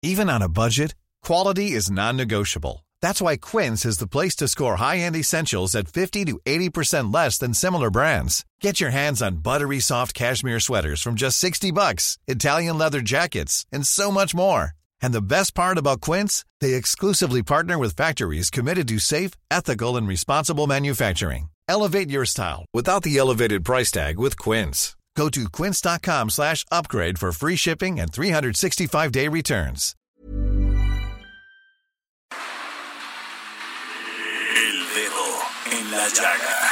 Even on a budget, quality is non-negotiable. That's why Quince is the place to score high-end essentials at 50 to 80% less than similar brands. Get your hands on buttery soft cashmere sweaters from just $60, Italian leather jackets, and so much more. And the best part about Quince, they exclusively partner with factories committed to safe, ethical, and responsible manufacturing. Elevate your style without the elevated price tag with Quince. Go to quince.com/upgrade for free shipping and 365-day returns. El dedo en la llaga.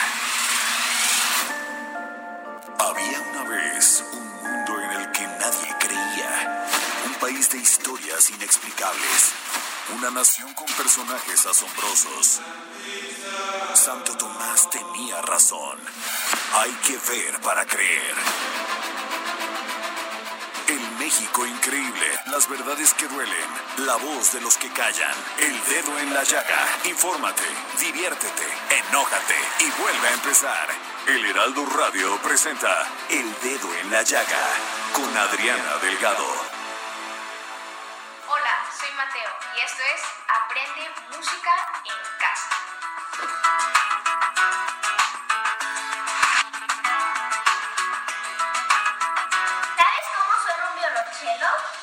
Había una vez un mundo en el que nadie creía. Un país de historias inexplicables. Una nación con personajes asombrosos. Santo Tomás tenía razón. Hay que ver para creer. El México increíble, las verdades que duelen, la voz de los que callan, el dedo en la llaga. Infórmate, diviértete, enójate y vuelve a empezar. El Heraldo Radio presenta El Dedo en la Llaga con Adriana Delgado. Hola, soy Mateo y esto es Aprende Música en Casa. ¿Sabes cómo suena un violonchelo?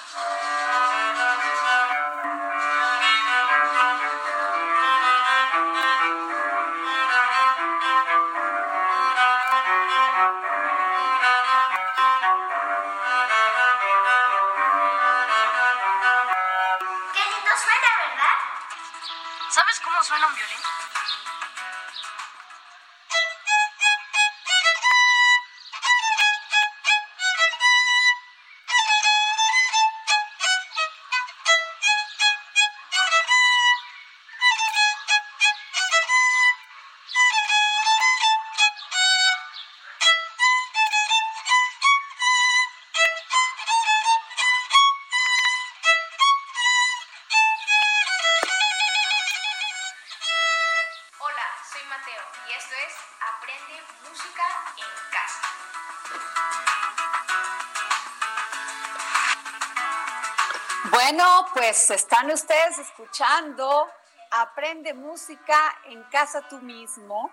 Qué lindo suena, ¿verdad? ¿Sabes cómo suena un violín? Hola, soy Mateo y esto es Aprende Música en Casa. Bueno, pues están ustedes escuchando Aprende Música en Casa tú mismo.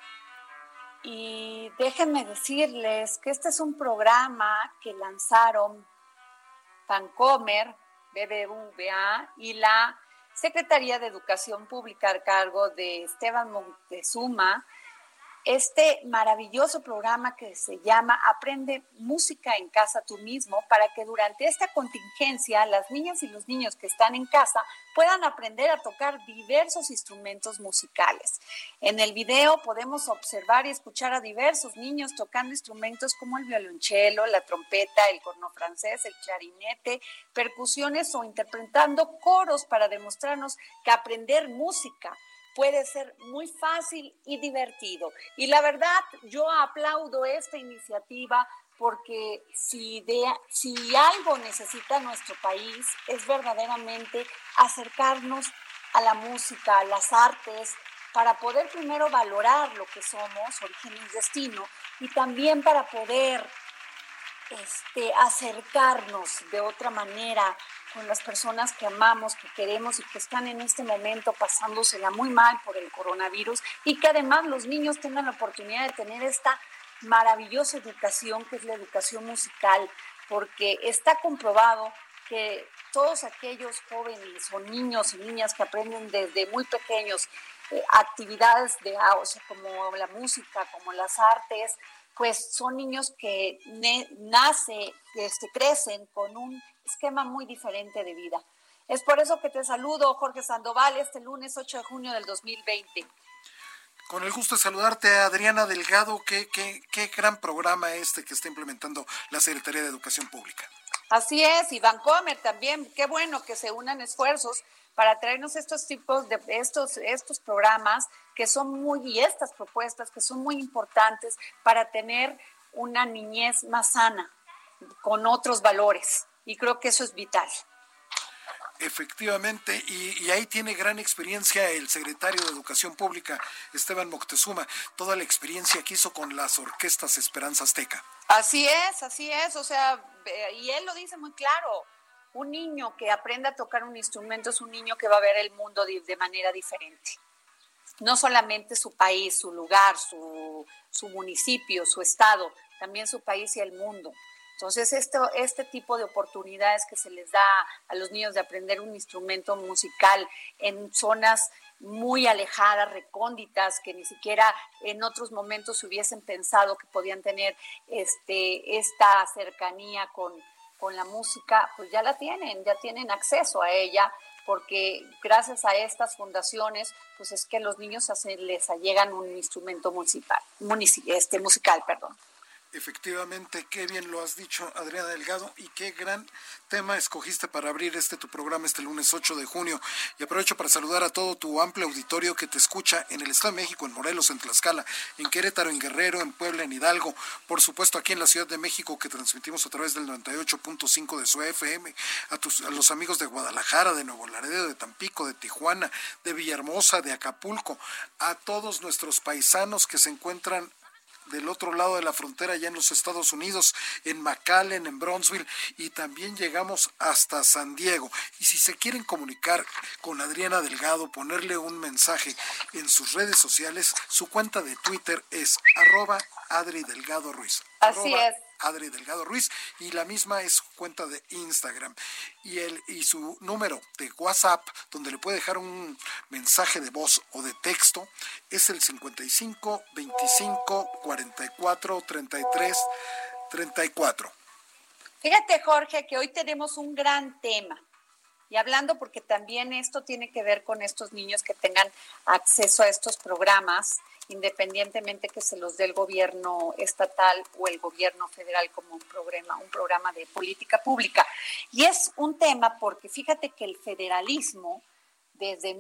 Y déjenme decirles que este es un programa que lanzaron Vancomer, BBVA y la Secretaría de Educación Pública a cargo de Esteban Moctezuma, este maravilloso programa que se llama Aprende Música en Casa tú mismo, para que durante esta contingencia las niñas y los niños que están en casa puedan aprender a tocar diversos instrumentos musicales. En el video podemos observar y escuchar a diversos niños tocando instrumentos como el violonchelo, la trompeta, el corno francés, el clarinete, percusiones o interpretando coros para demostrarnos que aprender música puede ser muy fácil y divertido. Y la verdad, yo aplaudo esta iniciativa porque si algo necesita nuestro país es verdaderamente acercarnos a la música, a las artes, para poder primero valorar lo que somos, origen y destino, y también para poder acercarnos de otra manera con las personas que amamos, que queremos y que están en este momento pasándosela muy mal por el coronavirus, y que además los niños tengan la oportunidad de tener esta maravillosa educación que es la educación musical, porque está comprobado que todos aquellos jóvenes o niños y niñas que aprenden desde muy pequeños actividades como la música, como las artes, pues son niños que crecen con un esquema muy diferente de vida. Es por eso que te saludo, Jorge Sandoval, este lunes 8 de junio del 2020. Con el gusto de saludarte, Adriana Delgado. Qué gran programa que está implementando la Secretaría de Educación Pública. Así es, y Vancomer también. Qué bueno que se unan esfuerzos para traernos estos tipos de estos programas y estas propuestas que son muy importantes para tener una niñez más sana, con otros valores. Y creo que eso es vital. Efectivamente, y ahí tiene gran experiencia el secretario de Educación Pública, Esteban Moctezuma, toda la experiencia que hizo con las orquestas Esperanza Azteca. Así es, y él lo dice muy claro, Un niño que aprenda a tocar un instrumento es un niño que va a ver el mundo de manera diferente. No solamente su país, su lugar, su municipio, su estado, también su país y el mundo. Entonces, este tipo de oportunidades que se les da a los niños de aprender un instrumento musical en zonas muy alejadas, recónditas, que ni siquiera en otros momentos se hubiesen pensado que podían tener esta cercanía con la música, pues ya tienen acceso a ella, porque gracias a estas fundaciones, pues es que los niños les allegan un instrumento musical. Efectivamente, qué bien lo has dicho, Adriana Delgado, y qué gran tema escogiste para abrir tu programa este lunes 8 de junio. Y aprovecho para saludar a todo tu amplio auditorio que te escucha en el Estado de México, en Morelos, en Tlaxcala, en Querétaro, en Guerrero, en Puebla, en Hidalgo, por supuesto aquí en la Ciudad de México, que transmitimos a través del 98.5 de su FM, a los amigos de Guadalajara, de Nuevo Laredo, de Tampico, de Tijuana, de Villahermosa, de Acapulco, a todos nuestros paisanos que se encuentran del otro lado de la frontera, ya en los Estados Unidos, en McAllen, en Brownsville, y también llegamos hasta San Diego. Y si se quieren comunicar con Adriana Delgado, ponerle un mensaje en sus redes sociales, su cuenta de Twitter es @AdriDelgadoRuiz. Así es. Adri Delgado Ruiz, y la misma es su cuenta de Instagram. Y su número de WhatsApp, donde le puede dejar un mensaje de voz o de texto, es el 55 25 44 33 34. Fíjate, Jorge, que hoy tenemos un gran tema. Y hablando, porque también esto tiene que ver con estos niños que tengan acceso a estos programas, independientemente que se los dé el gobierno estatal o el gobierno federal como un programa de política pública. Y es un tema porque fíjate que el federalismo, desde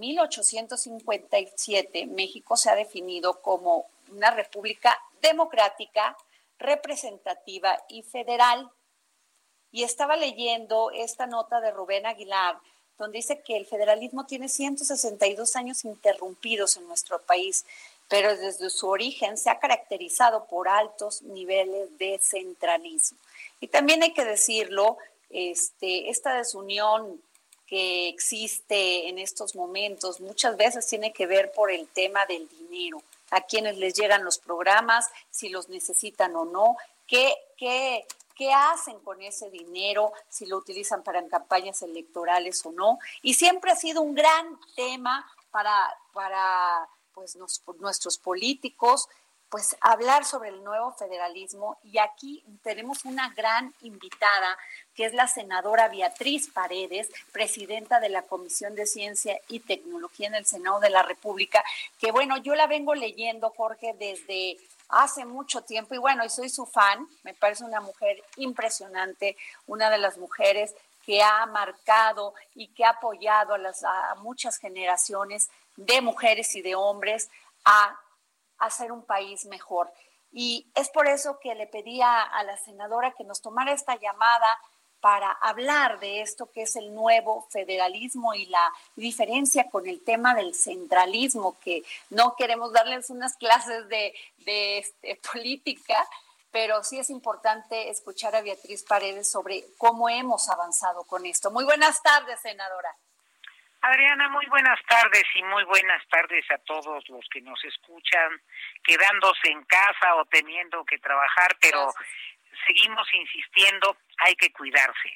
1857, México se ha definido como una república democrática, representativa y federal. Y estaba leyendo esta nota de Rubén Aguilar, donde dice que el federalismo tiene 162 años interrumpidos en nuestro país, pero desde su origen se ha caracterizado por altos niveles de centralismo. Y también hay que decirlo, esta desunión que existe en estos momentos muchas veces tiene que ver por el tema del dinero, a quienes les llegan los programas, si los necesitan o no, qué hacen con ese dinero, si lo utilizan para campañas electorales o no. Y siempre ha sido un gran tema para pues, nuestros políticos, pues hablar sobre el nuevo federalismo. Y aquí tenemos una gran invitada, que es la senadora Beatriz Paredes, presidenta de la Comisión de Ciencia y Tecnología en el Senado de la República, que bueno, yo la vengo leyendo, Jorge, desde hace mucho tiempo, y bueno, y soy su fan, me parece una mujer impresionante, una de las mujeres que ha marcado y que ha apoyado a muchas generaciones de mujeres y de hombres a hacer un país mejor. Y es por eso que le pedía a la senadora que nos tomara esta llamada para hablar de esto que es el nuevo federalismo y la diferencia con el tema del centralismo, que no queremos darles unas clases de política, pero sí es importante escuchar a Beatriz Paredes sobre cómo hemos avanzado con esto. Muy buenas tardes, senadora. Adriana, muy buenas tardes y muy buenas tardes a todos los que nos escuchan, quedándose en casa o teniendo que trabajar, pero gracias. Seguimos insistiendo, hay que cuidarse,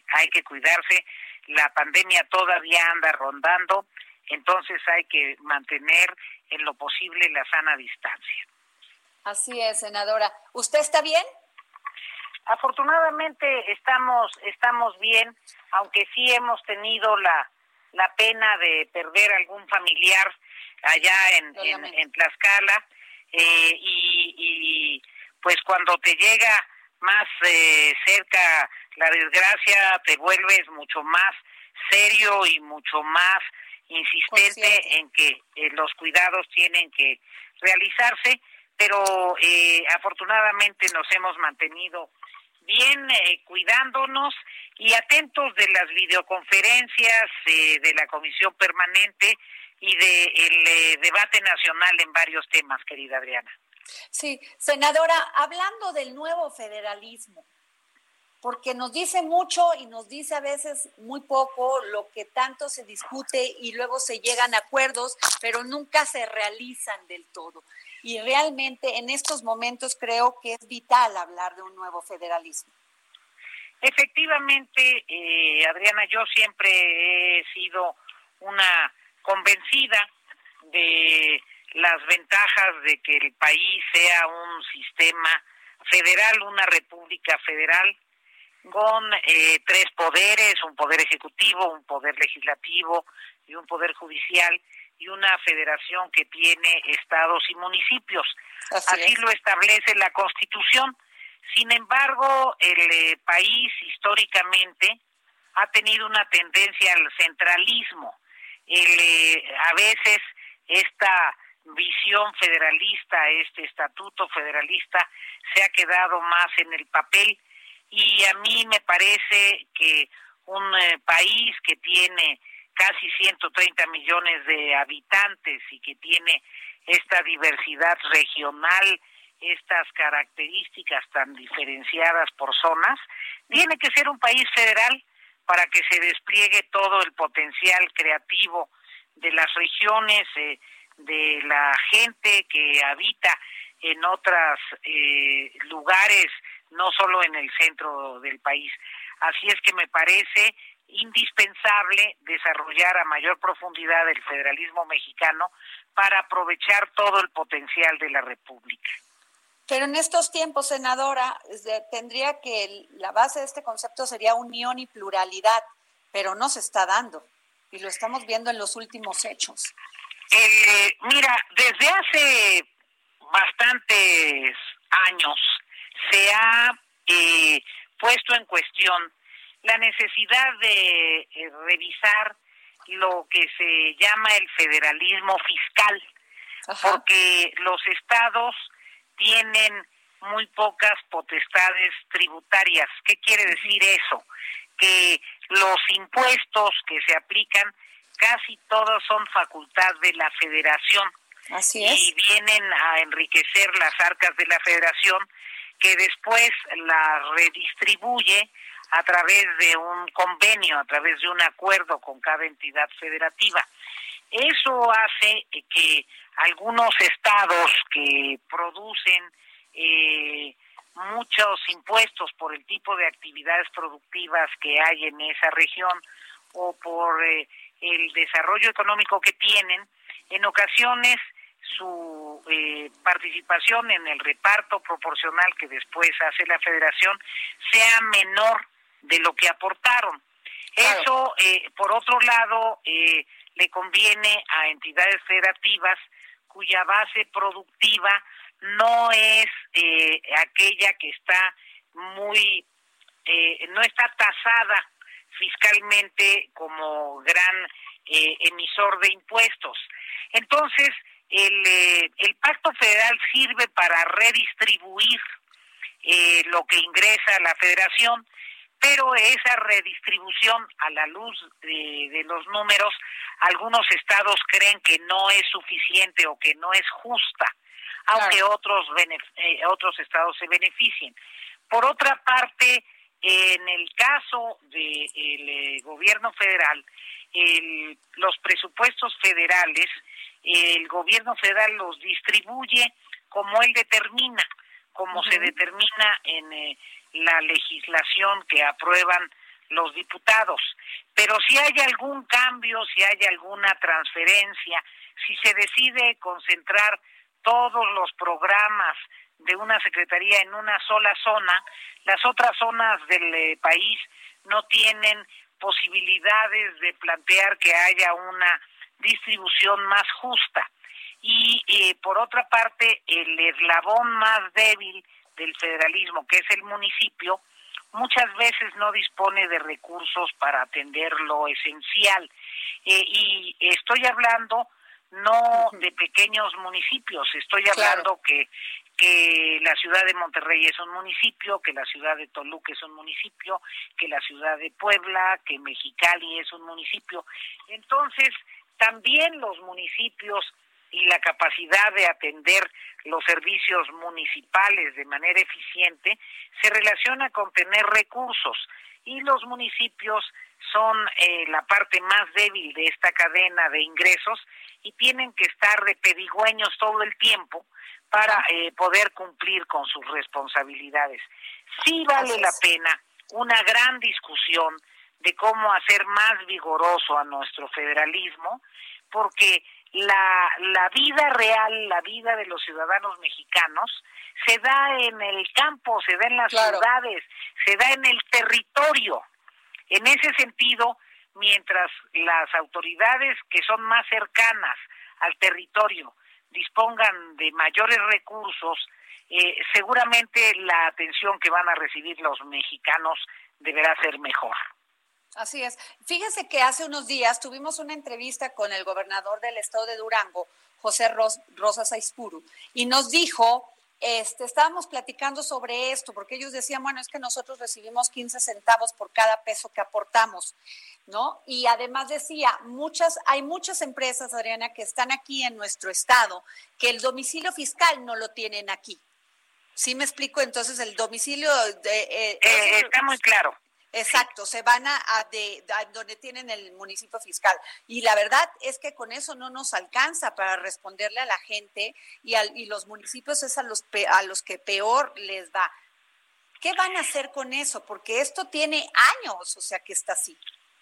la pandemia todavía anda rondando, entonces hay que mantener en lo posible la sana distancia. Así es, senadora. ¿Usted está bien? Afortunadamente estamos bien, aunque sí hemos tenido la pena de perder algún familiar allá en Tlaxcala, y pues cuando te llega más cerca la desgracia, te vuelves mucho más serio y mucho más insistente en que los cuidados tienen que realizarse, pero afortunadamente nos hemos mantenido bien, cuidándonos y atentos de las videoconferencias de la Comisión Permanente y del debate nacional en varios temas, querida Adriana. Sí, senadora, hablando del nuevo federalismo, porque nos dice mucho y nos dice a veces muy poco lo que tanto se discute y luego se llegan a acuerdos, pero nunca se realizan del todo. Y realmente en estos momentos creo que es vital hablar de un nuevo federalismo. Efectivamente, Adriana, yo siempre he sido una convencida de las ventajas de que el país sea un sistema federal, una república federal, con 3 poderes, un poder ejecutivo, un poder legislativo y un poder judicial, y una federación que tiene estados y municipios. Así lo establece la Constitución. Sin embargo, el país históricamente ha tenido una tendencia al centralismo. A veces esta visión federalista, este estatuto federalista, se ha quedado más en el papel, y a mí me parece que un país que tiene casi 130 millones de habitantes y que tiene esta diversidad regional, estas características tan diferenciadas por zonas, tiene que ser un país federal para que se despliegue todo el potencial creativo de las regiones, de la gente que habita en otros lugares, no solo en el centro del país. Así es que me parece indispensable desarrollar a mayor profundidad el federalismo mexicano para aprovechar todo el potencial de la República. Pero en estos tiempos, senadora, tendría que la base de este concepto sería unión y pluralidad, pero no se está dando, y lo estamos viendo en los últimos hechos. Mira, desde hace bastantes años se ha puesto en cuestión la necesidad de revisar lo que se llama el federalismo fiscal. Ajá. Porque los estados tienen muy pocas potestades tributarias. ¿Qué quiere decir eso? Que los impuestos que se aplican casi todos son facultad de la federación. Así es. Y vienen a enriquecer las arcas de la federación, que después la redistribuye a través de un convenio, a través de un acuerdo con cada entidad federativa. Eso hace que algunos estados que producen muchos impuestos por el tipo de actividades productivas que hay en esa región o por el desarrollo económico que tienen, en ocasiones su participación en el reparto proporcional que después hace la federación sea menor de lo que aportaron. Claro. Eso, por otro lado, le conviene a entidades federativas cuya base productiva no es aquella que está no está tasada fiscalmente como gran emisor de impuestos. Entonces, el Pacto Federal sirve para redistribuir lo que ingresa a la Federación, pero esa redistribución, a la luz de los números, algunos estados creen que no es suficiente o que no es justa, aunque claro, otros estados se beneficien. Por otra parte, en el caso del gobierno federal, los presupuestos federales, el gobierno federal los distribuye como él determina, como se determina en la legislación que aprueban los diputados. Pero si hay algún cambio, si hay alguna transferencia, si se decide concentrar todos los programas de una secretaría en una sola zona, las otras zonas del país no tienen posibilidades de plantear que haya una distribución más justa. Y por otra parte, el eslabón más débil del federalismo, que es el municipio, muchas veces no dispone de recursos para atender lo esencial. Y estoy hablando no de pequeños municipios, estoy hablando claro, que la ciudad de Monterrey es un municipio, que la ciudad de Toluca es un municipio, que la ciudad de Puebla, que Mexicali es un municipio. Entonces, también los municipios y la capacidad de atender los servicios municipales de manera eficiente se relaciona con tener recursos, y los municipios son la parte más débil de esta cadena de ingresos y tienen que estar de pedigüeños todo el tiempo para poder cumplir con sus responsabilidades. Sí vale la pena una gran discusión de cómo hacer más vigoroso a nuestro federalismo, porque la vida real, la vida de los ciudadanos mexicanos, se da en el campo, se da en las ciudades, se da en el territorio. En ese sentido, mientras las autoridades que son más cercanas al territorio dispongan de mayores recursos, seguramente la atención que van a recibir los mexicanos deberá ser mejor. Así es. Fíjese que hace unos días tuvimos una entrevista con el gobernador del estado de Durango, José Rosas Aispuru, y nos dijo, estábamos platicando sobre esto, porque ellos decían, bueno, es que nosotros recibimos 15 centavos por cada peso que aportamos, ¿no? Y además decía, hay muchas empresas, Adriana, que están aquí en nuestro estado, que el domicilio fiscal no lo tienen aquí. ¿Sí me explico? Entonces, el domicilio... está muy claro. Exacto, se van a donde tienen el municipio fiscal. Y la verdad es que con eso no nos alcanza para responderle a la gente, y los municipios es a los que peor les va. ¿Qué van a hacer con eso? Porque esto tiene años, o sea, que está así.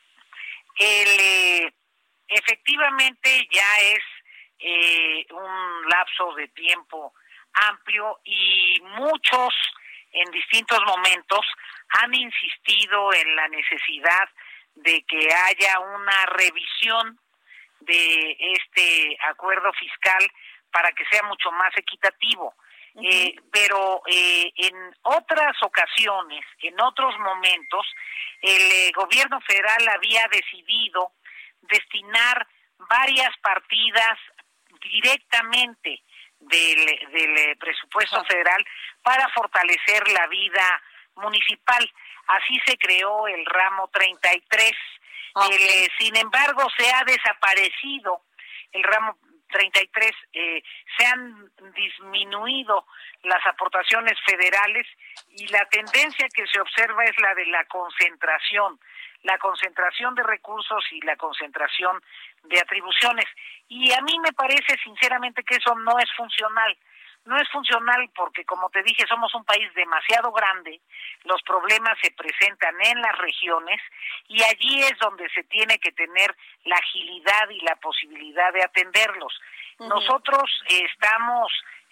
Efectivamente ya es un lapso de tiempo amplio, y muchos en distintos momentos han insistido en la necesidad de que haya una revisión de este acuerdo fiscal para que sea mucho más equitativo. Pero en otras ocasiones, en otros momentos, el gobierno federal había decidido destinar varias partidas directamente del presupuesto federal para fortalecer la vida municipal. Así se creó el ramo 33. Sin embargo, se ha desaparecido el ramo 33, se han disminuido las aportaciones federales, y la tendencia que se observa es la de la concentración de recursos y la concentración de atribuciones. Y a mí me parece sinceramente que eso no es funcional. No es funcional porque, como te dije, somos un país demasiado grande, los problemas se presentan en las regiones, y allí es donde se tiene que tener la agilidad y la posibilidad de atenderlos. Nosotros estamos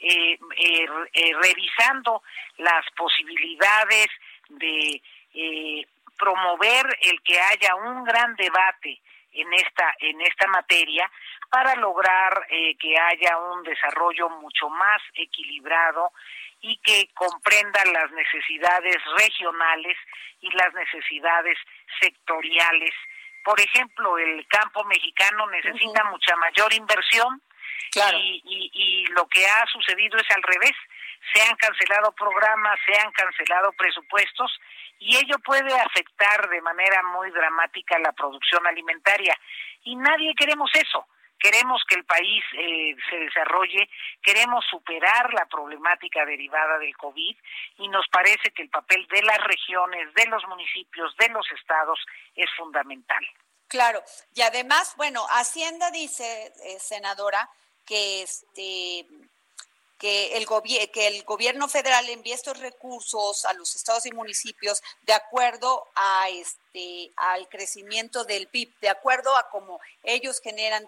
revisando las posibilidades de promover el que haya un gran debate en esta materia, para lograr que haya un desarrollo mucho más equilibrado y que comprenda las necesidades regionales y las necesidades sectoriales. Por ejemplo, el campo mexicano necesita mucha mayor inversión, y lo que ha sucedido es al revés. Se han cancelado programas, se han cancelado presupuestos, y ello puede afectar de manera muy dramática la producción alimentaria. Y nadie queremos eso. Queremos que el país se desarrolle, queremos superar la problemática derivada del COVID, y nos parece que el papel de las regiones, de los municipios, de los estados es fundamental. Claro, y además, bueno, Hacienda dice, senadora, que el gobierno federal envíe estos recursos a los estados y municipios de acuerdo a al crecimiento del PIB, de acuerdo a cómo ellos generan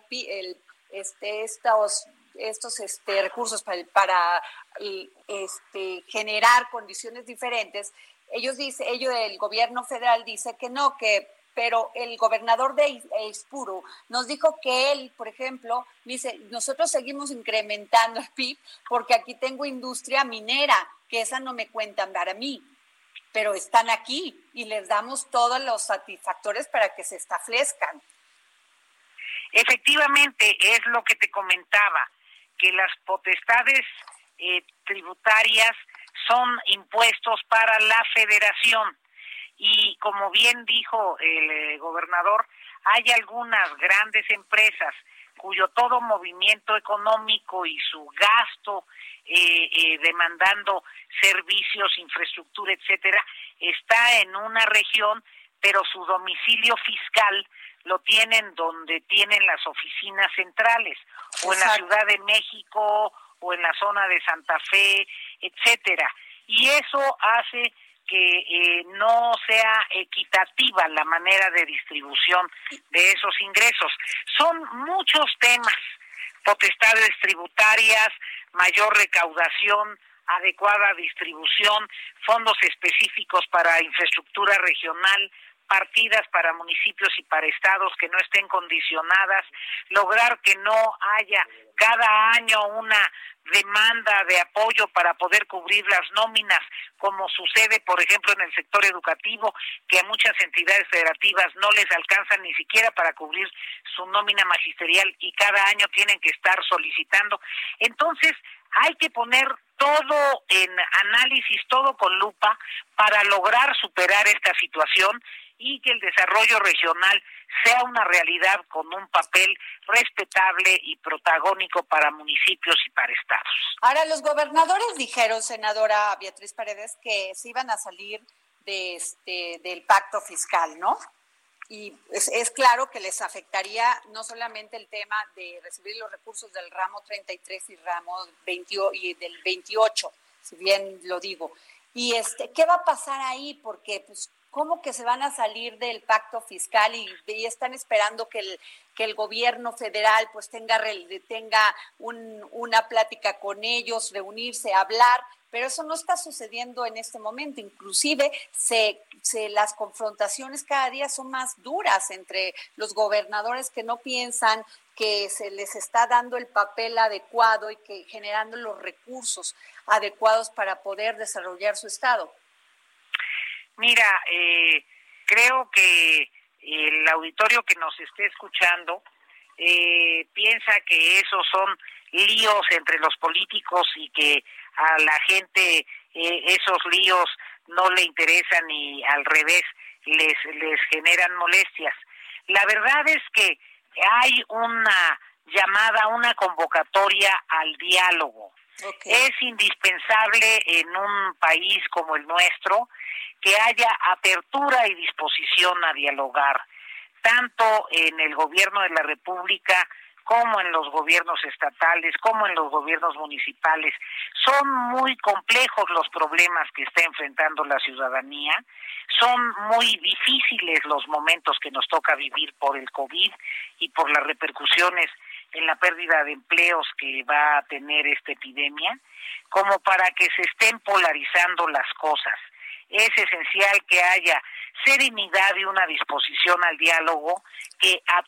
estos recursos para generar condiciones diferentes. El gobierno federal dice que no, pero el gobernador de Aispuru nos dijo que él, por ejemplo, dice, nosotros seguimos incrementando el PIB porque aquí tengo industria minera, que esa no me cuentan para mí, pero están aquí y les damos todos los satisfactores para que se establezcan. Efectivamente, es lo que te comentaba, que las potestades tributarias son impuestos para la federación. Y como bien dijo el gobernador, hay algunas grandes empresas cuyo todo movimiento económico y su gasto demandando servicios, infraestructura, etcétera, está en una región, pero su domicilio fiscal lo tienen donde tienen las oficinas centrales, o en la Ciudad de México, o en la zona de Santa Fe, etcétera. Y eso hace que no sea equitativa la manera de distribución de esos ingresos. Son muchos temas: potestades tributarias, mayor recaudación, adecuada distribución, fondos específicos para infraestructura regional, partidas para municipios y para estados que no estén condicionadas, lograr que no haya cada año una demanda de apoyo para poder cubrir las nóminas, como sucede, por ejemplo, en el sector educativo, que a muchas entidades federativas no les alcanzan ni siquiera para cubrir su nómina magisterial y cada año tienen que estar solicitando. Entonces, hay que poner todo en análisis, todo con lupa, para lograr superar esta situación y que el desarrollo regional sea una realidad con un papel respetable y protagónico para municipios y para estados. Ahora, los gobernadores dijeron, senadora Beatriz Paredes, que se iban a salir del pacto fiscal, ¿no? Y es claro que les afectaría no solamente el tema de recibir los recursos del ramo 33 y ramo 20 y del 28, si bien lo digo. Y ¿qué va a pasar ahí? Porque pues ¿cómo que se van a salir del pacto fiscal y están esperando que el gobierno federal pues tenga una plática con ellos, reunirse, hablar? Pero eso no está sucediendo en este momento. Inclusive las confrontaciones cada día son más duras entre los gobernadores que no piensan que se les está dando el papel adecuado y que generando los recursos adecuados para poder desarrollar su estado. Mira, creo que el auditorio que nos esté escuchando piensa que esos son líos entre los políticos y que a la gente esos líos no le interesan y al revés les generan molestias. La verdad es que hay una llamada, una convocatoria al diálogo. Okay. Es indispensable en un país como el nuestro que haya apertura y disposición a dialogar, tanto en el gobierno de la República como en los gobiernos estatales, como en los gobiernos municipales. Son muy complejos los problemas que está enfrentando la ciudadanía, son muy difíciles los momentos que nos toca vivir por el COVID y por las repercusiones en la pérdida de empleos que va a tener esta epidemia, como para que se estén polarizando las cosas. Es esencial que haya serenidad y una disposición al diálogo que a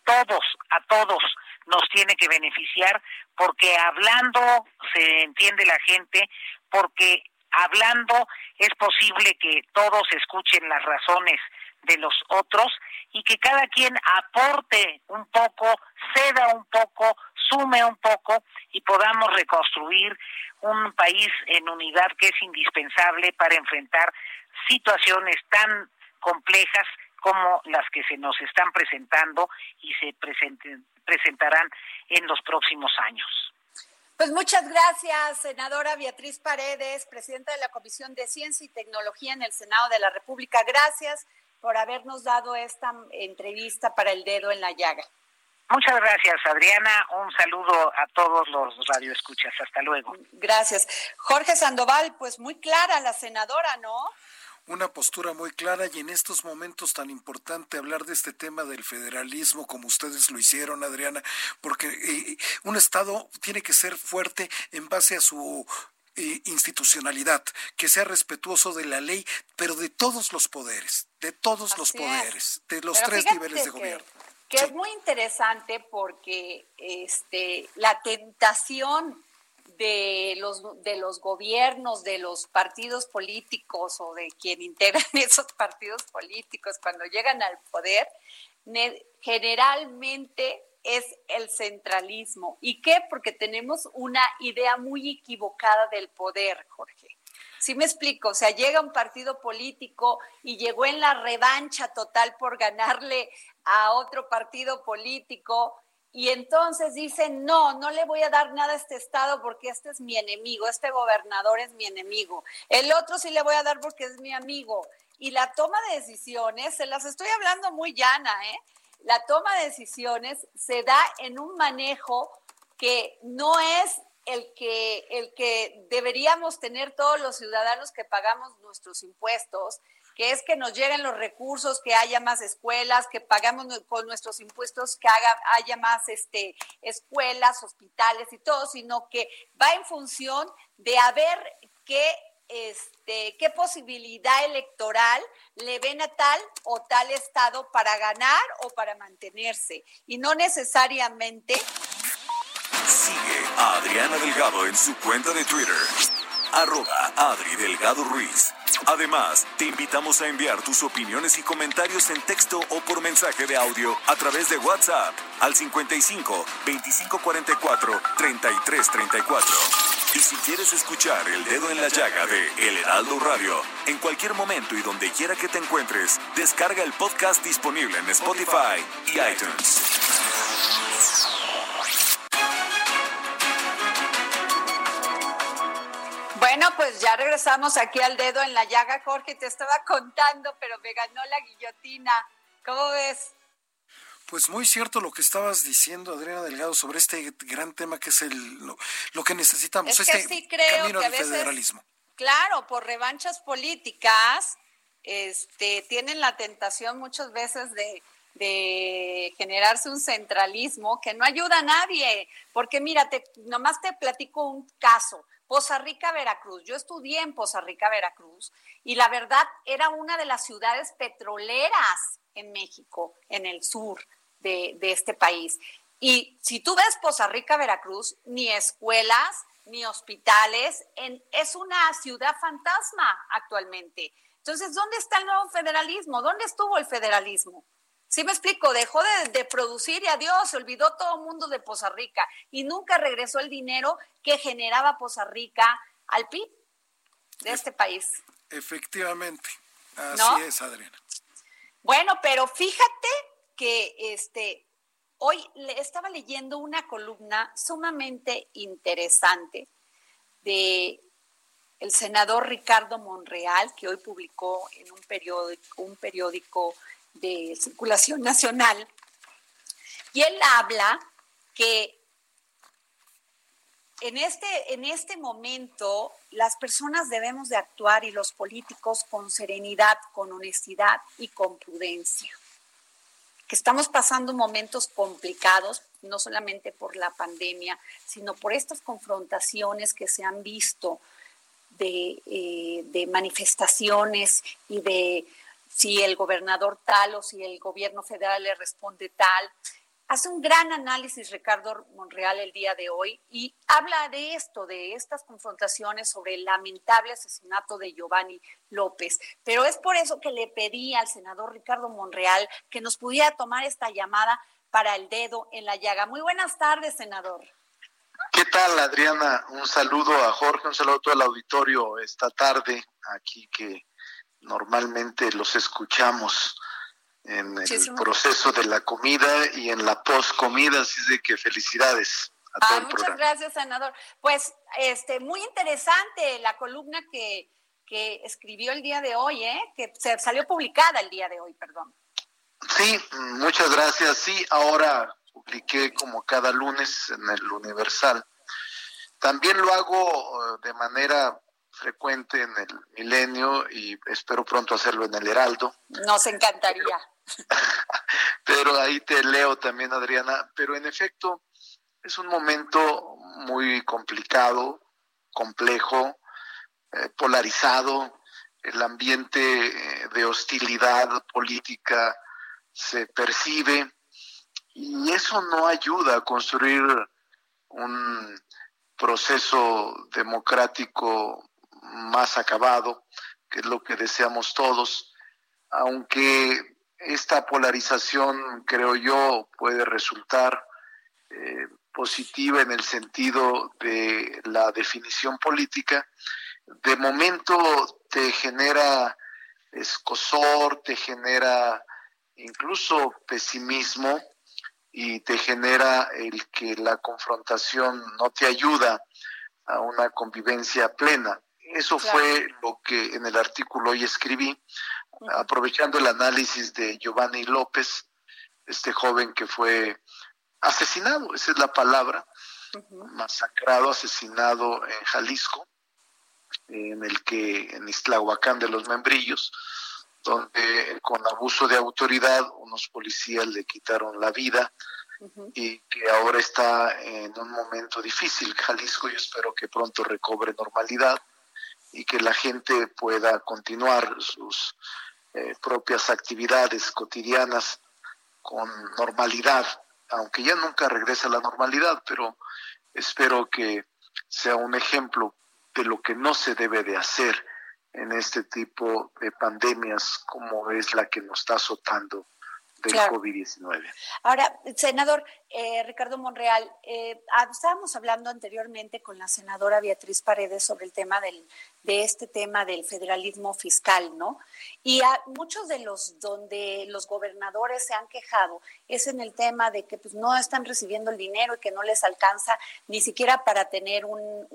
todos nos tiene que beneficiar, porque hablando se entiende la gente, porque hablando es posible que todos escuchen las razones de los otros y que cada quien aporte un poco, ceda un poco, sume un poco y podamos reconstruir un país en unidad que es indispensable para enfrentar situaciones tan complejas como las que se nos están presentando y se presentarán en los próximos años. Pues muchas gracias, senadora Beatriz Paredes, presidenta de la Comisión de Ciencia y Tecnología en el Senado de la República. Gracias por habernos dado esta entrevista para El Dedo en la Llaga. Muchas gracias, Adriana. Un saludo a todos los radioescuchas. Hasta luego. Gracias. Jorge Sandoval, pues muy clara la senadora, ¿no? Una postura muy clara, y en estos momentos tan importante hablar de este tema del federalismo como ustedes lo hicieron, Adriana, porque un Estado tiene que ser fuerte en base a su institucionalidad, que sea respetuoso de la ley, pero de todos los poderes, de los tres niveles de gobierno. Que sí. Es muy interesante porque la tentación de los gobiernos, de los partidos políticos o de quien integran esos partidos políticos cuando llegan al poder, generalmente es el centralismo. ¿Y qué? Porque tenemos una idea muy equivocada del poder, Jorge. ¿Sí me explico? O sea, llega un partido político y llegó en la revancha total por ganarle a otro partido político y entonces dicen, no le voy a dar nada a este estado porque este es mi enemigo, este gobernador es mi enemigo, el otro sí le voy a dar porque es mi amigo. Y la toma de decisiones, se las estoy hablando muy llana, la toma de decisiones se da en un manejo que no es el que deberíamos tener todos los ciudadanos que pagamos nuestros impuestos, que es que nos lleguen los recursos, que haya más escuelas, que pagamos con nuestros impuestos, que haya más escuelas, hospitales y todo, sino que va en función de a ver qué posibilidad electoral le ven a tal o tal estado para ganar o para mantenerse, y no necesariamente. Sigue a Adriana Delgado en su cuenta de Twitter, @AdriDelgadoRuiz. Además, te invitamos a enviar tus opiniones y comentarios en texto o por mensaje de audio a través de WhatsApp al 55 2544 3334. Y si quieres escuchar El Dedo en la Llaga de El Heraldo Radio, en cualquier momento y donde quiera que te encuentres, descarga el podcast disponible en Spotify y iTunes. Bueno, pues ya regresamos aquí al Dedo en la Llaga. Jorge, te estaba contando, pero me ganó la guillotina. ¿Cómo ves? Pues muy cierto lo que estabas diciendo, Adriana Delgado, sobre este gran tema que es lo que necesitamos, es que sí creo camino que a al veces, federalismo. Claro, por revanchas políticas, tienen la tentación muchas veces de generarse un centralismo que no ayuda a nadie. Porque mira, nomás te platico un caso. Poza Rica, Veracruz. Yo estudié en Poza Rica, Veracruz, y la verdad era una de las ciudades petroleras en México, en el sur de este país. Y si tú ves Poza Rica, Veracruz, ni escuelas, ni hospitales, es una ciudad fantasma actualmente. Entonces, ¿dónde está el nuevo federalismo? ¿Dónde estuvo el federalismo? ¿Sí me explico? Dejó de producir y adiós, se olvidó todo el mundo de Poza Rica y nunca regresó el dinero que generaba Poza Rica al PIB de este país. Efectivamente, así ¿No? es, Adriana. Bueno, pero fíjate que hoy estaba leyendo una columna sumamente interesante de el senador Ricardo Monreal, que hoy publicó en un periódico de circulación nacional, y él habla que en este momento las personas debemos de actuar, y los políticos, con serenidad, con honestidad y con prudencia. Que estamos pasando momentos complicados, no solamente por la pandemia, sino por estas confrontaciones que se han visto de manifestaciones y de si el gobernador tal o si el gobierno federal le responde tal. Hace un gran análisis Ricardo Monreal el día de hoy y habla de esto, de estas confrontaciones sobre el lamentable asesinato de Giovanni López. Pero es por eso que le pedí al senador Ricardo Monreal que nos pudiera tomar esta llamada para El Dedo en la Llaga. Muy buenas tardes, senador. ¿Qué tal, Adriana? Un saludo a Jorge, un saludo a todo el auditorio esta tarde, aquí que normalmente los escuchamos en el proceso de la comida y en la post-comida, así de que felicidades a todo el programa. Muchas gracias, senador. Pues muy interesante la columna que escribió el día de hoy, que se salió publicada el día de hoy, perdón. Sí, muchas gracias. Sí, ahora publiqué como cada lunes en el Universal. También lo hago de manera frecuente en el Milenio y espero pronto hacerlo en el Heraldo. Nos encantaría. Pero ahí te leo también, Adriana. Pero en efecto es un momento muy complicado, complejo, polarizado. El ambiente de hostilidad política se percibe y eso no ayuda a construir un proceso democrático más acabado, que es lo que deseamos todos, aunque esta polarización, creo yo, puede resultar positiva en el sentido de la definición política. De momento te genera escozor, te genera incluso pesimismo, y te genera el que la confrontación no te ayuda a una convivencia plena. Eso fue lo que en el artículo hoy escribí, aprovechando el análisis de Giovanni López, este joven que fue asesinado, esa es la palabra, masacrado, asesinado en Jalisco, en Ixtlahuacán de los Membrillos, donde con abuso de autoridad unos policías le quitaron la vida y que ahora está en un momento difícil. Jalisco, yo espero que pronto recobre normalidad y que la gente pueda continuar sus propias actividades cotidianas con normalidad, aunque ya nunca regresa a la normalidad, pero espero que sea un ejemplo de lo que no se debe de hacer en este tipo de pandemias como es la que nos está azotando del COVID-19. Ahora, senador Ricardo Monreal, estábamos hablando anteriormente con la senadora Beatriz Paredes sobre el tema de este tema del federalismo fiscal, ¿no? Y a muchos de donde los gobernadores se han quejado es en el tema de que pues no están recibiendo el dinero y que no les alcanza ni siquiera para tener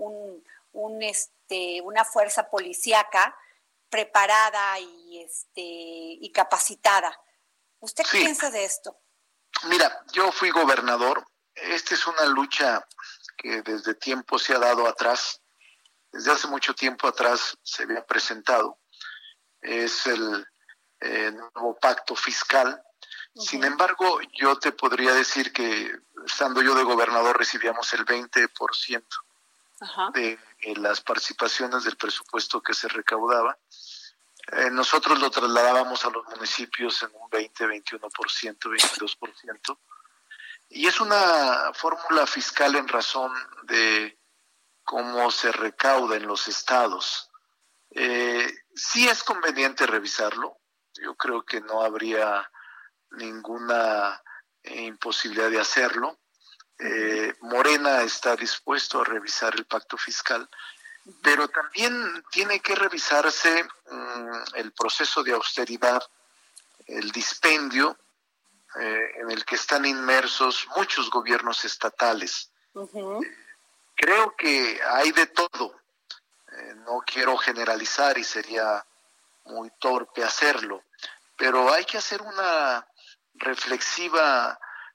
una fuerza policíaca preparada y capacitada. ¿Usted qué piensa de esto? Mira, yo fui gobernador. Esta es una lucha que desde tiempo se ha dado atrás. Desde hace mucho tiempo atrás se había presentado. Es el nuevo pacto fiscal. Sin embargo, yo te podría decir que estando yo de gobernador recibíamos el 20% de las participaciones del presupuesto que se recaudaba. Nosotros lo trasladábamos a los municipios en un 20, 21%, 22%. Y es una fórmula fiscal en razón de cómo se recauda en los estados. Sí es conveniente revisarlo. Yo creo que no habría ninguna imposibilidad de hacerlo. Morena está dispuesto a revisar el pacto fiscal, pero también tiene que revisarse el proceso de austeridad, el dispendio en el que están inmersos muchos gobiernos estatales. Creo que hay de todo. No quiero generalizar y sería muy torpe hacerlo, pero hay que hacer una reflexiva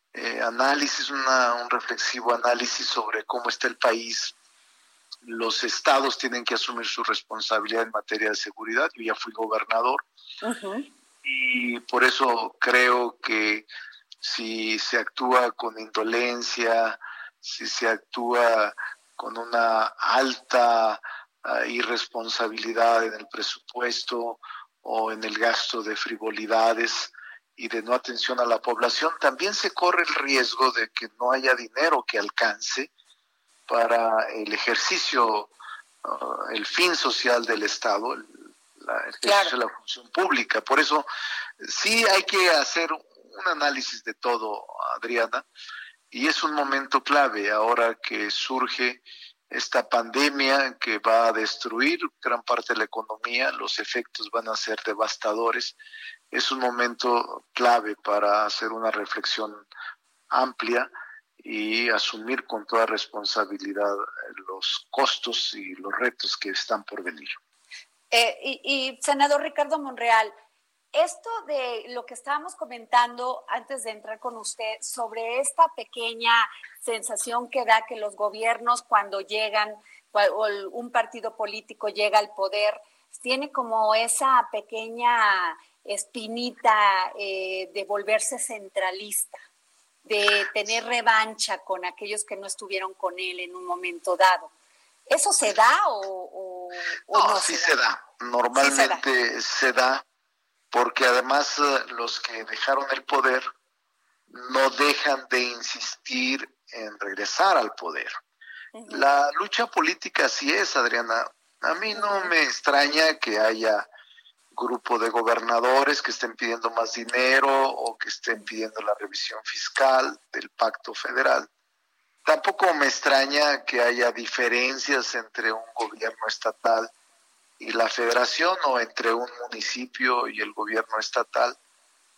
un reflexivo análisis sobre cómo está el país. Los estados tienen que asumir su responsabilidad en materia de seguridad. Yo ya fui gobernador y por eso creo que si se actúa con indolencia, si se actúa con una alta irresponsabilidad en el presupuesto o en el gasto de frivolidades y de no atención a la población, también se corre el riesgo de que no haya dinero que alcance para el ejercicio, el fin social del Estado, el ejercicio de la función pública. Por eso sí hay que hacer un análisis de todo, Adriana, y es un momento clave ahora que surge esta pandemia que va a destruir gran parte de la economía, los efectos van a ser devastadores. Es un momento clave para hacer una reflexión amplia y asumir con toda responsabilidad los costos y los retos que están por venir. Y senador Ricardo Monreal, esto de lo que estábamos comentando antes de entrar con usted sobre esta pequeña sensación que da que los gobiernos cuando llegan o un partido político llega al poder, tiene como esa pequeña espinita de volverse centralista, de tener revancha con aquellos que no estuvieron con él en un momento dado. ¿Eso se da o no? Sí se da. Normalmente se da porque además los que dejaron el poder no dejan de insistir en regresar al poder. La lucha política así es, Adriana. A mí no me extraña que haya grupo de gobernadores que estén pidiendo más dinero o que estén pidiendo la revisión fiscal del pacto federal. Tampoco me extraña que haya diferencias entre un gobierno estatal y la federación o entre un municipio y el gobierno estatal.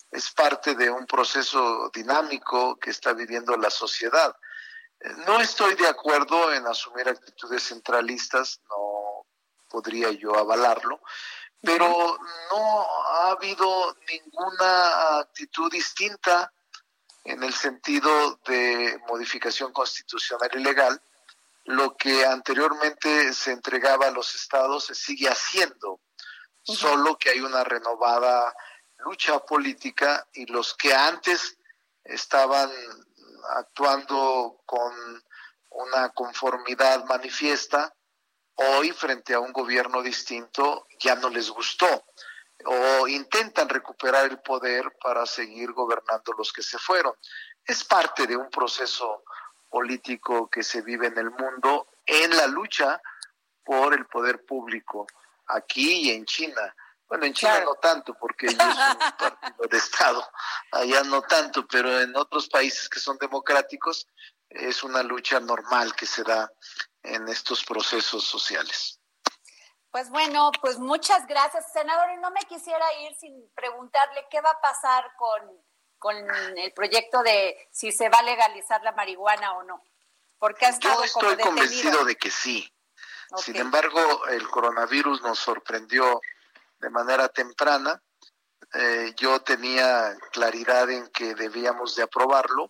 es parte de un proceso dinámico que está viviendo la sociedad. No estoy de acuerdo en asumir actitudes centralistas, no podría yo avalarlo, pero no ha habido ninguna actitud distinta en el sentido de modificación constitucional y legal. Lo que anteriormente se entregaba a los estados se sigue haciendo, solo que hay una renovada lucha política y los que antes estaban actuando con una conformidad manifiesta, hoy frente a un gobierno distinto ya no les gustó o intentan recuperar el poder para seguir gobernando los que se fueron. Es parte de un proceso político que se vive en el mundo en la lucha por el poder público, aquí y en China. Bueno, en China no tanto, porque ellos son un partido de Estado, allá no tanto, pero en otros países que son democráticos es una lucha normal que se da en estos procesos sociales. Pues bueno, pues muchas gracias, senador, y no me quisiera ir sin preguntarle qué va a pasar con el proyecto de si se va a legalizar la marihuana o no, porque ha estado Yo estoy convencido de que sí. Okay. Sin embargo, el coronavirus nos sorprendió de manera temprana. Yo tenía claridad en que debíamos de aprobarlo.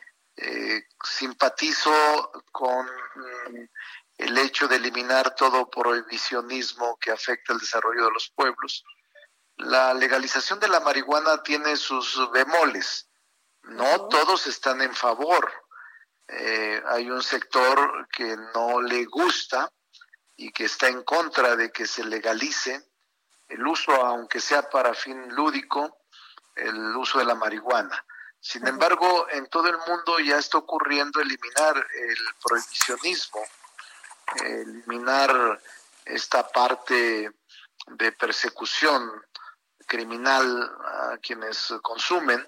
Simpatizo con el hecho de eliminar todo prohibicionismo que afecta el desarrollo de los pueblos. La legalización de la marihuana tiene sus bemoles. No todos están en favor. Hay un sector que no le gusta y que está en contra de que se legalice el uso, aunque sea para fin lúdico, el uso de la marihuana. Sin embargo, en todo el mundo ya está ocurriendo eliminar el prohibicionismo, eliminar esta parte de persecución criminal a quienes consumen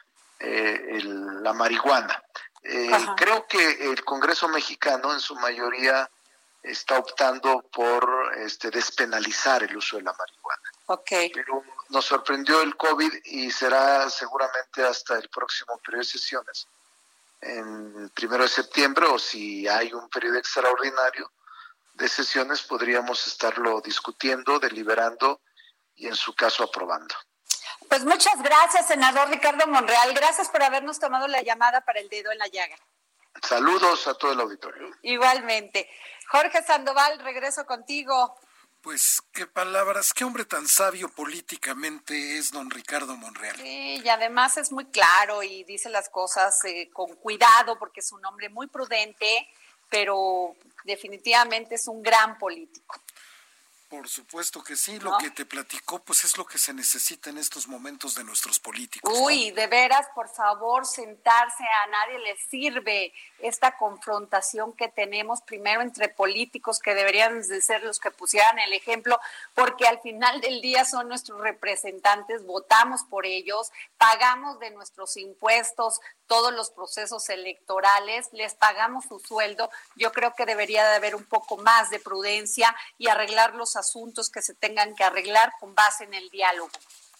la marihuana. Creo que el Congreso mexicano en su mayoría está optando por despenalizar el uso de la marihuana. Okay. Pero nos sorprendió el COVID y será seguramente hasta el próximo periodo de sesiones, en 1 de septiembre, o si hay un periodo extraordinario de sesiones, podríamos estarlo discutiendo, deliberando y en su caso aprobando. Pues muchas gracias, senador Ricardo Monreal. Gracias por habernos tomado la llamada para el dedo en la llaga. Saludos a todo el auditorio. Igualmente. Jorge Sandoval, regreso contigo. Pues qué palabras, qué hombre tan sabio políticamente es don Ricardo Monreal. Sí, y además es muy claro y dice las cosas con cuidado porque es un hombre muy prudente, pero definitivamente es un gran político. Por supuesto que sí, ¿no? Lo que te platicó pues es lo que se necesita en estos momentos de nuestros políticos. Uy, ¿no? De veras, por favor, sentarse, a nadie le sirve esta confrontación que tenemos primero entre políticos que deberían de ser los que pusieran el ejemplo, porque al final del día son nuestros representantes, votamos por ellos, pagamos de nuestros impuestos todos los procesos electorales, les pagamos su sueldo. Yo creo que debería de haber un poco más de prudencia y arreglar los asuntos que se tengan que arreglar con base en el diálogo.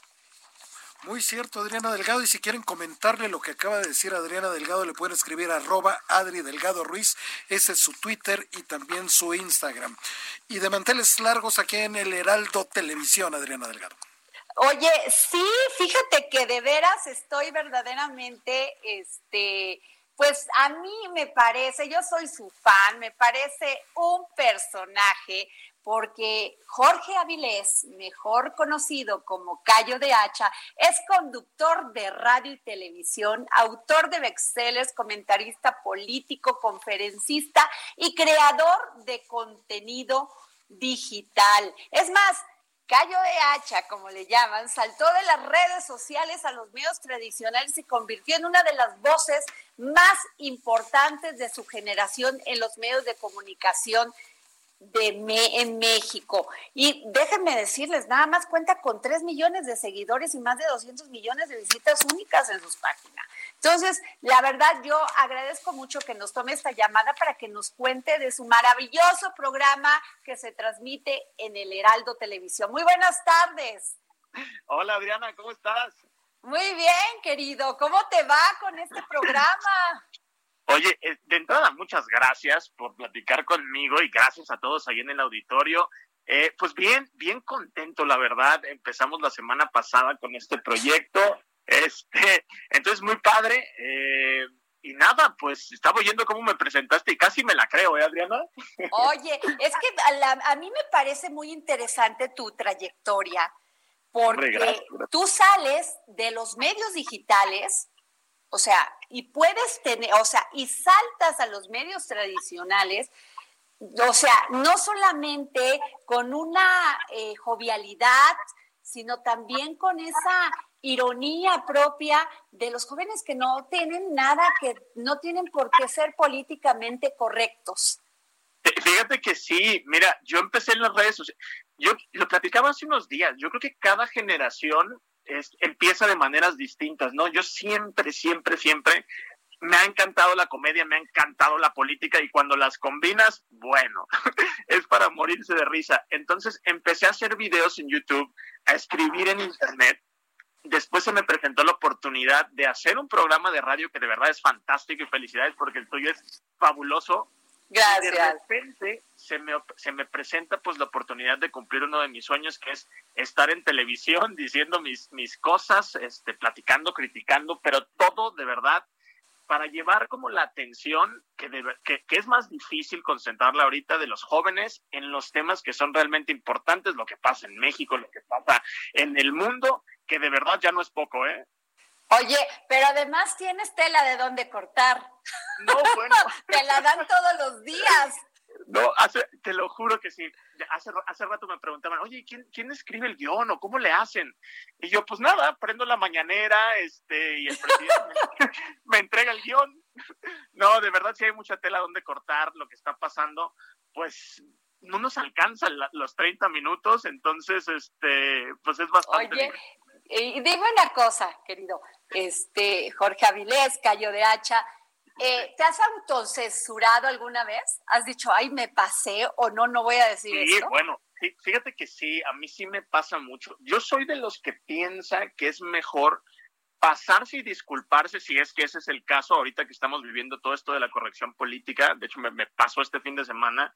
Muy cierto, Adriana Delgado, y si quieren comentarle lo que acaba de decir Adriana Delgado, le pueden escribir @Adri Delgado Ruiz, ese es su Twitter y también su Instagram. Y de manteles largos aquí en el Heraldo Televisión, Adriana Delgado. Oye, sí, fíjate que de veras estoy verdaderamente, pues a mí me parece, yo soy su fan, me parece un personaje, porque Jorge Avilés, mejor conocido como Cayo de Hacha, es conductor de radio y televisión, autor de bestsellers, comentarista político, conferencista y creador de contenido digital. Es más, Cayo de Hacha, como le llaman, saltó de las redes sociales a los medios tradicionales y se convirtió en una de las voces más importantes de su generación en los medios de comunicación en México. Y déjenme decirles, nada más cuenta con 3 millones de seguidores y más de 200 millones de visitas únicas en sus páginas. Entonces, la verdad, yo agradezco mucho que nos tome esta llamada para que nos cuente de su maravilloso programa que se transmite en el Heraldo Televisión. Muy buenas tardes. Hola, Adriana, ¿cómo estás? Muy bien, querido. ¿Cómo te va con este programa? Oye, de entrada, muchas gracias por platicar conmigo y gracias a todos ahí en el auditorio. Pues bien contento, la verdad. Empezamos la semana pasada con este proyecto. Entonces, muy padre. Y nada, pues estaba oyendo cómo me presentaste y casi me la creo, Adriana? Oye, es que a mí me parece muy interesante tu trayectoria, porque gracias. Tú sales de los medios digitales, o sea, y puedes tener, o sea, y saltas a los medios tradicionales, o sea, no solamente con una jovialidad, sino también con esa ironía propia de los jóvenes que no tienen nada, que no tienen por qué ser políticamente correctos. Fíjate que sí, mira, yo empecé en las redes sociales, yo lo platicaba hace unos días, yo creo que cada generación empieza de maneras distintas, ¿no? Yo siempre me ha encantado la comedia, me ha encantado la política y cuando las combinas, bueno, es para morirse de risa. Entonces empecé a hacer videos en YouTube, a escribir en internet. Después se me presentó la oportunidad de hacer un programa de radio que de verdad es fantástico y felicidades porque el tuyo es fabuloso. Gracias. Y de repente se me presenta pues la oportunidad de cumplir uno de mis sueños, que es estar en televisión diciendo mis cosas, platicando, criticando, pero todo de verdad para llevar como la atención que es más difícil concentrarla ahorita de los jóvenes en los temas que son realmente importantes, lo que pasa en México, lo que pasa en el mundo, que de verdad ya no es poco, ¿eh? Oye, pero además tienes tela de dónde cortar. No, bueno. Te la dan todos los días. No, te lo juro que sí. Hace rato me preguntaban, oye, ¿quién escribe el guión o cómo le hacen? Y yo, pues nada, prendo la mañanera, y el presidente me entrega el guión. No, de verdad sí hay mucha tela donde cortar lo que está pasando. Pues no nos alcanzan los 30 minutos, entonces, pues es bastante. Oye, y dime una cosa, querido, Jorge Avilés, Cayo de Hacha, ¿te has autocensurado alguna vez? ¿Has dicho, ay, me pasé o no voy a decir esto? Sí, bueno, fíjate que sí, a mí sí me pasa mucho. Yo soy de los que piensa que es mejor pasarse y disculparse, si es que ese es el caso, ahorita que estamos viviendo todo esto de la corrección política. De hecho, me pasó este fin de semana,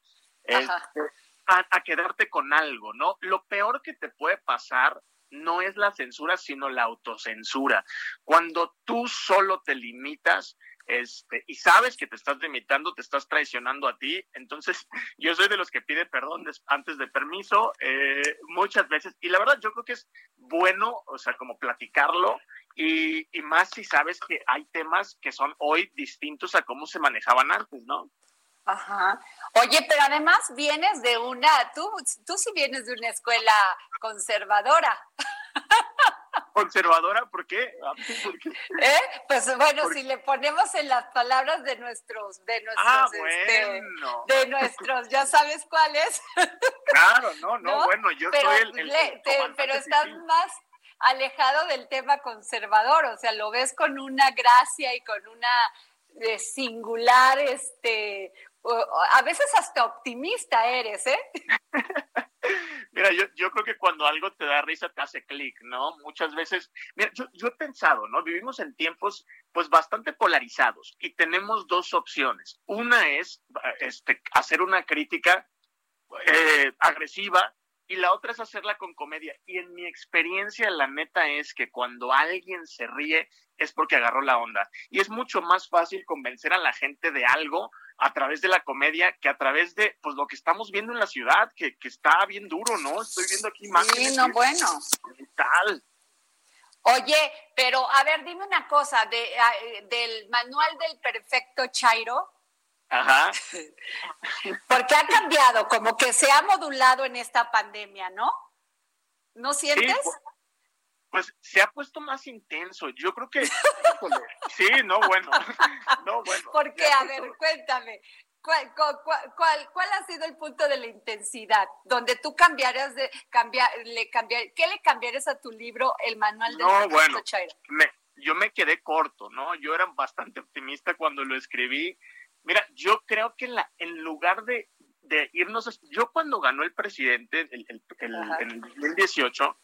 a quedarte con algo, ¿no? Lo peor que te puede pasar no es la censura, sino la autocensura. Cuando tú solo te limitas, y sabes que te estás limitando, te estás traicionando a ti. Entonces, yo soy de los que pide perdón antes de permiso, muchas veces, y la verdad yo creo que es bueno, o sea, como platicarlo, y más si sabes que hay temas que son hoy distintos a cómo se manejaban antes, ¿no? Ajá. Oye, pero además vienes de tú sí vienes de una escuela conservadora. ¿Conservadora? ¿Por qué? ¿Por qué? Pues bueno, si le ponemos en las palabras de nuestros, bueno. de nuestros, ya sabes cuáles. Claro, no, bueno, yo soy pero estás más alejado del tema conservador, o sea, lo ves con una gracia y con una singular, a veces hasta optimista eres, ¿eh? Mira, yo creo que cuando algo te da risa te hace clic, ¿no? Muchas veces, mira, yo he pensado, ¿no? Vivimos en tiempos pues bastante polarizados y tenemos dos opciones. Una es hacer una crítica agresiva y la otra es hacerla con comedia. Y en mi experiencia, la neta es que cuando alguien se ríe es porque agarró la onda. Y es mucho más fácil convencer a la gente de algo a través de la comedia que a través de pues lo que estamos viendo en la ciudad, que está bien duro, ¿no? Estoy viendo aquí imágenes. Sí, no, bueno. Tal. Oye, pero a ver, dime una cosa, del manual del perfecto Chairo. Ajá. Porque ha cambiado, como que se ha modulado en esta pandemia, ¿no? ¿No sientes? Sí, pues se ha puesto más intenso. Yo creo que... sí, no, bueno. ¿Por qué? A ver, cuéntame. ¿Cuál ha sido el punto de la intensidad? Donde tú cambiarías ¿qué le cambiarías a tu libro, el manual del perfecto Chairo? Yo me quedé corto, ¿no? Yo era bastante optimista cuando lo escribí. Mira, yo creo que en lugar de irnos... Yo cuando ganó el presidente en el 2018,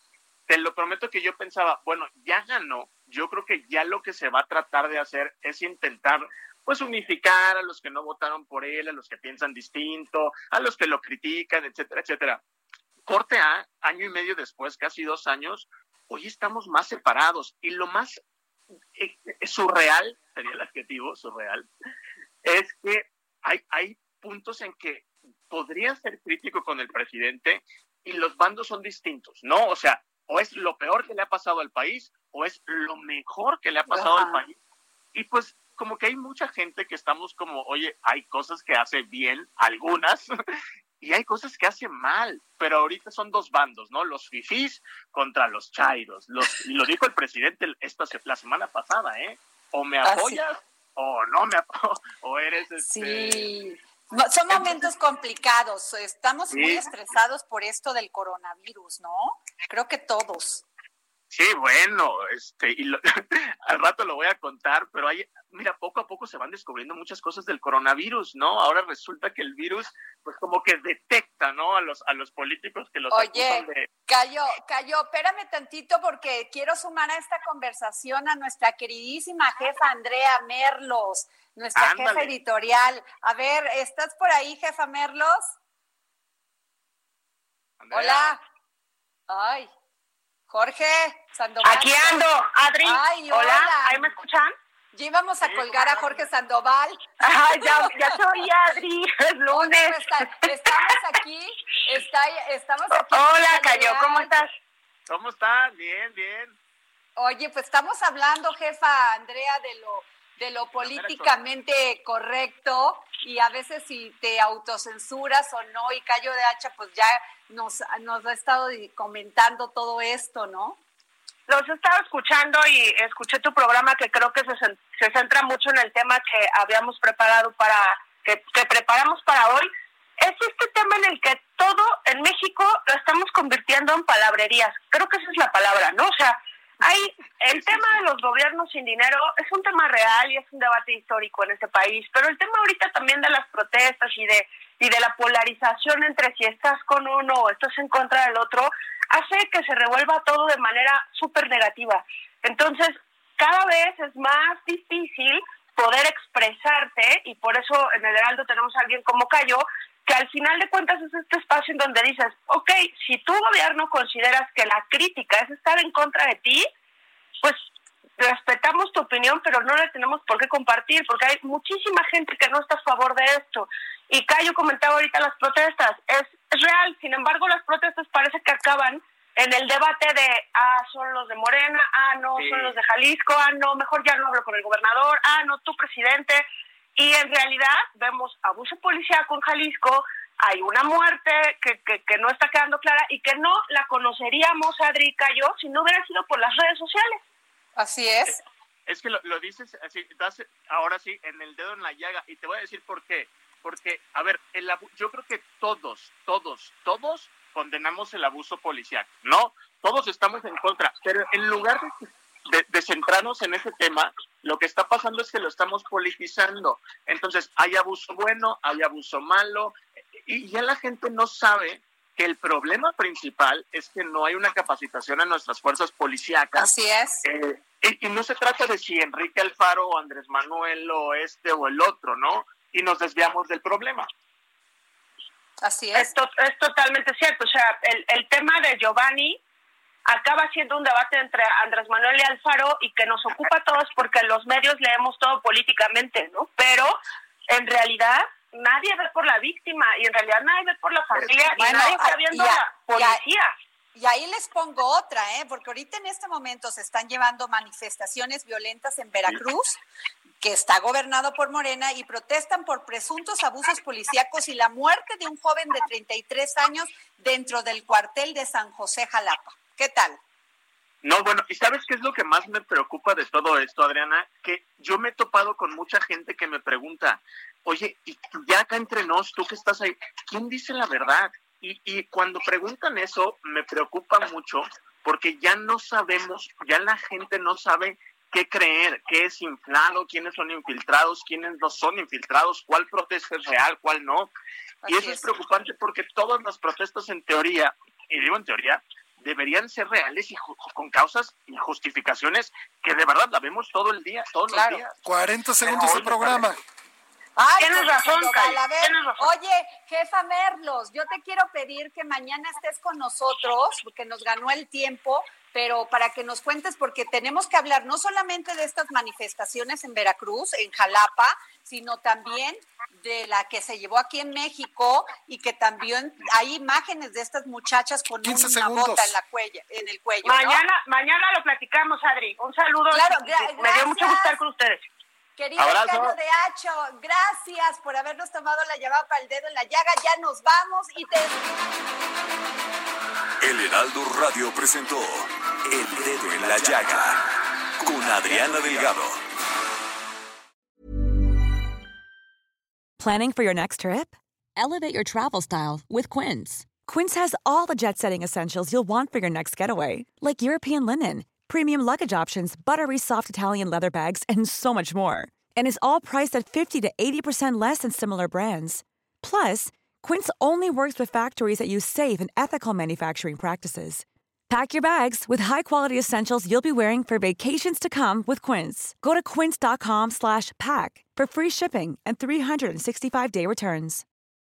te lo prometo que yo pensaba, bueno, ya ganó, yo creo que ya lo que se va a tratar de hacer es intentar pues unificar a los que no votaron por él, a los que piensan distinto, a los que lo critican, etcétera, etcétera. Corte A, año y medio después, casi 2 años, hoy estamos más separados. Y lo más surreal, sería el adjetivo, surreal, es que hay puntos en que podría ser crítico con el presidente y los bandos son distintos, ¿no? O sea, o es lo peor que le ha pasado al país o es lo mejor que le ha pasado al país. Y pues como que hay mucha gente que estamos como, oye, hay cosas que hace bien, algunas, y hay cosas que hace mal, pero ahorita son 2 bandos, ¿no? Los fifís contra los chairos. Y lo dijo el presidente la semana pasada, ¿eh? O me apoyas o no me apoyas, o eres... Sí. Son momentos complicados, estamos muy estresados por esto del coronavirus, ¿no? Creo que todos. Sí, bueno, al rato lo voy a contar, pero mira, poco a poco se van descubriendo muchas cosas del coronavirus, ¿no? Ahora resulta que el virus, pues como que detecta, ¿no? A los políticos que los acusan de... Oye, Cayo, espérame tantito porque quiero sumar a esta conversación a nuestra queridísima jefa Andrea Merlos, nuestra jefa editorial. A ver, ¿estás por ahí, jefa Merlos? Andrea. Hola. Ay. Jorge Sandoval. Aquí ando, Adri. Ay, hola, ¿ahí me escuchan? Ya íbamos a colgar a Jorge Sandoval. Ay, ya soy Adri, es lunes. Estamos aquí. Hola, Cayo, ¿cómo estás? ¿Cómo estás? Bien, bien. Oye, pues estamos hablando, jefa Andrea, de lo políticamente correcto y a veces si te autocensuras o no, y Cayo de Hacha pues ya nos ha estado comentando todo esto, ¿no? Los he estado escuchando y escuché tu programa que creo que se centra mucho en el tema que habíamos preparado que preparamos para hoy. Es este tema en el que todo en México lo estamos convirtiendo en palabrerías. Creo que esa es la palabra, ¿no? O sea, el tema de los gobiernos sin dinero es un tema real y es un debate histórico en este país, pero el tema ahorita también de las protestas y de la polarización entre si estás con uno o estás en contra del otro, hace que se revuelva todo de manera súper negativa. Entonces, cada vez es más difícil poder expresarte y por eso en el Heraldo tenemos a alguien como Cayo, que al final de cuentas es este espacio en donde dices, ok, si tu gobierno consideras que la crítica es estar en contra de ti, pues respetamos tu opinión, pero no la tenemos por qué compartir, porque hay muchísima gente que no está a favor de esto. Y Cayo comentaba ahorita las protestas, es real, sin embargo las protestas parece que acaban en el debate de, son los de Morena, no, son los de Jalisco, no, mejor ya no hablo con el gobernador, no, tú presidente. Y en realidad vemos abuso policíaco en Jalisco, hay una muerte que no está quedando clara y que no la conoceríamos, Adri y Cayo, si no hubiera sido por las redes sociales. Así es. Es que lo dices así, ahora sí, en el dedo en la llaga, y te voy a decir por qué. Porque, a ver, yo creo que todos condenamos el abuso policiaco, ¿no? Todos estamos en contra, pero en lugar de centrarnos en ese tema, lo que está pasando es que lo estamos politizando. Entonces, hay abuso bueno, hay abuso malo, y ya la gente no sabe que el problema principal es que no hay una capacitación a nuestras fuerzas policíacas. Así es. Y no se trata de si Enrique Alfaro o Andrés Manuel o o el otro, ¿no? Y nos desviamos del problema. Así es. Es totalmente cierto. O sea, el tema de Giovanni acaba siendo un debate entre Andrés Manuel y Alfaro y que nos ocupa a todos porque los medios leemos todo políticamente, ¿no? Pero en realidad nadie ve por la víctima y en realidad nadie ve por la familia y nadie está viendo a la policía. Y ahí les pongo otra, porque ahorita en este momento se están llevando manifestaciones violentas en Veracruz, que está gobernado por Morena, y protestan por presuntos abusos policíacos y la muerte de un joven de 33 años dentro del cuartel de San José, Jalapa. ¿Qué tal? No, bueno, ¿y sabes qué es lo que más me preocupa de todo esto, Adriana? Que yo me he topado con mucha gente que me pregunta, oye, y ya acá entre nos, tú que estás ahí, ¿quién dice la verdad? Y cuando preguntan eso, me preocupa mucho porque ya no sabemos, ya la gente no sabe qué creer, qué es inflado, quiénes son infiltrados, quiénes no son infiltrados, cuál protesta es real, cuál no. Y eso es preocupante porque todas las protestas en teoría, y digo en teoría, deberían ser reales y con causas y justificaciones que de verdad la vemos todo el día, todos los días. 40 segundos de programa. Ay, tienes razón, Oye, jefa Merlos, yo te quiero pedir que mañana estés con nosotros, porque nos ganó el tiempo, pero para que nos cuentes, porque tenemos que hablar no solamente de estas manifestaciones en Veracruz, en Jalapa, sino también de la que se llevó aquí en México y que también hay imágenes de estas muchachas con una bota en el cuello. Mañana lo platicamos, Adri. Un saludo. Claro, me dio mucho gusto estar con ustedes. Querido Ricardo de Hacho, gracias por habernos tomado la llamada para el dedo en la llaga. Ya nos vamos y El Heraldo Radio presentó El Dedo en la Llaga con Adriana Delgado. Planning for your next trip? Elevate your travel style with Quince. Quince has all the jet-setting essentials you'll want for your next getaway, like European linen, premium luggage options, buttery soft Italian leather bags, and so much more. And is all priced at 50 to 80% less than similar brands. Plus, Quince only works with factories that use safe and ethical manufacturing practices. Pack your bags with high-quality essentials you'll be wearing for vacations to come with Quince. Go to quince.com/pack for free shipping and 365-day returns.